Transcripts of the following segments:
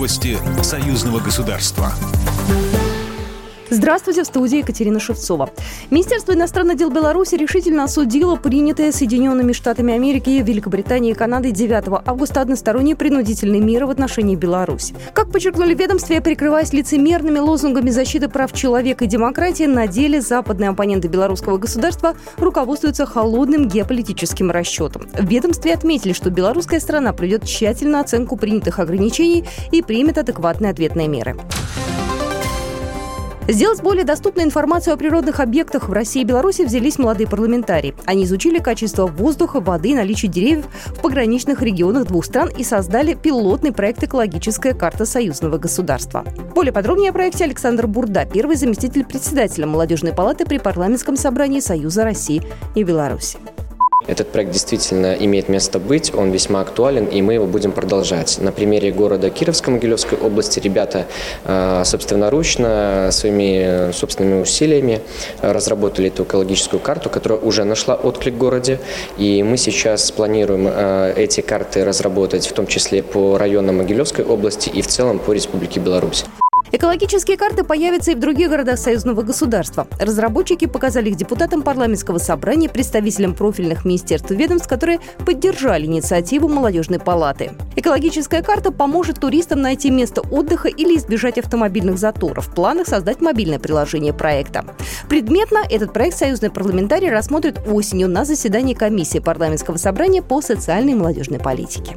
Новости союзного государства. Здравствуйте, в студии Екатерина Шевцова. Министерство иностранных дел Беларуси решительно осудило принятые Соединенными Штатами Америки, Великобританией и Канадой 9 августа односторонние принудительные меры в отношении Беларуси. Как подчеркнули в ведомстве, прикрываясь лицемерными лозунгами защиты прав человека и демократии, на деле западные оппоненты белорусского государства руководствуются холодным геополитическим расчетом. В ведомстве отметили, что белорусская сторона проведет тщательную оценку принятых ограничений и примет адекватные ответные меры. Сделать более доступной информацию о природных объектах в России и Беларуси взялись молодые парламентарии. Они изучили качество воздуха, воды и наличие деревьев в пограничных регионах двух стран и создали пилотный проект «Экологическая карта союзного государства». Более подробнее о проекте Александр Бурда, первый заместитель председателя Молодежной палаты при парламентском собрании Союза России и Беларуси. Этот проект действительно имеет место быть, он весьма актуален, и мы его будем продолжать. На примере города Кировска Могилевской области ребята собственноручно, своими собственными усилиями разработали эту экологическую карту, которая уже нашла отклик в городе, и мы сейчас планируем эти карты разработать, в том числе по районам Могилевской области и в целом по Республике Беларусь. Экологические карты появятся и в других городах союзного государства. Разработчики показали их депутатам парламентского собрания, представителям профильных министерств и ведомств, которые поддержали инициативу Молодежной палаты. Экологическая карта поможет туристам найти место отдыха или избежать автомобильных заторов. В планах создать мобильное приложение проекта. Предметно этот проект союзные парламентарии рассмотрят осенью на заседании комиссии парламентского собрания по социальной и молодежной политике.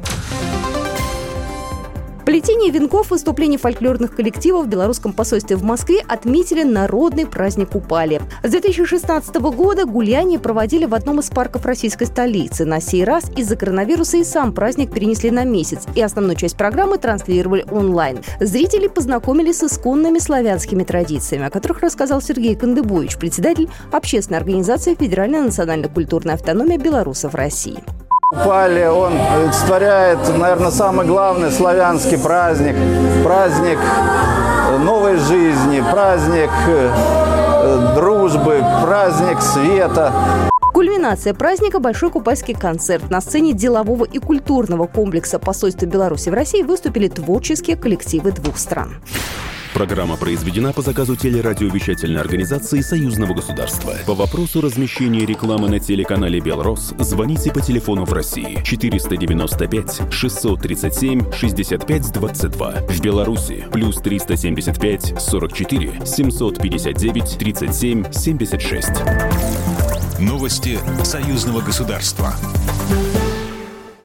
Плетение венков, выступлений фольклорных коллективов в белорусском посольстве в Москве отметили народный праздник Купали. С 2016 года гуляния проводили в одном из парков российской столицы. На сей раз из-за коронавируса и сам праздник перенесли на месяц, и основную часть программы транслировали онлайн. Зрители познакомились с исконными славянскими традициями, о которых рассказал Сергей Кандыбович, председатель общественной организации «Федеральная национально-культурная автономия белорусов России». Купали, он олицетворяет, наверное, самый главный славянский праздник. Праздник новой жизни, праздник дружбы, праздник света. Кульминация праздника – большой купальский концерт. На сцене делового и культурного комплекса посольства Беларуси в России выступили творческие коллективы двух стран. Программа произведена по заказу телерадиовещательной организации Союзного государства. По вопросу размещения рекламы на телеканале «Белрос» звоните по телефону в России 495 637 65 22. В Беларуси плюс 375 44 759 37 76. Новости союзного государства.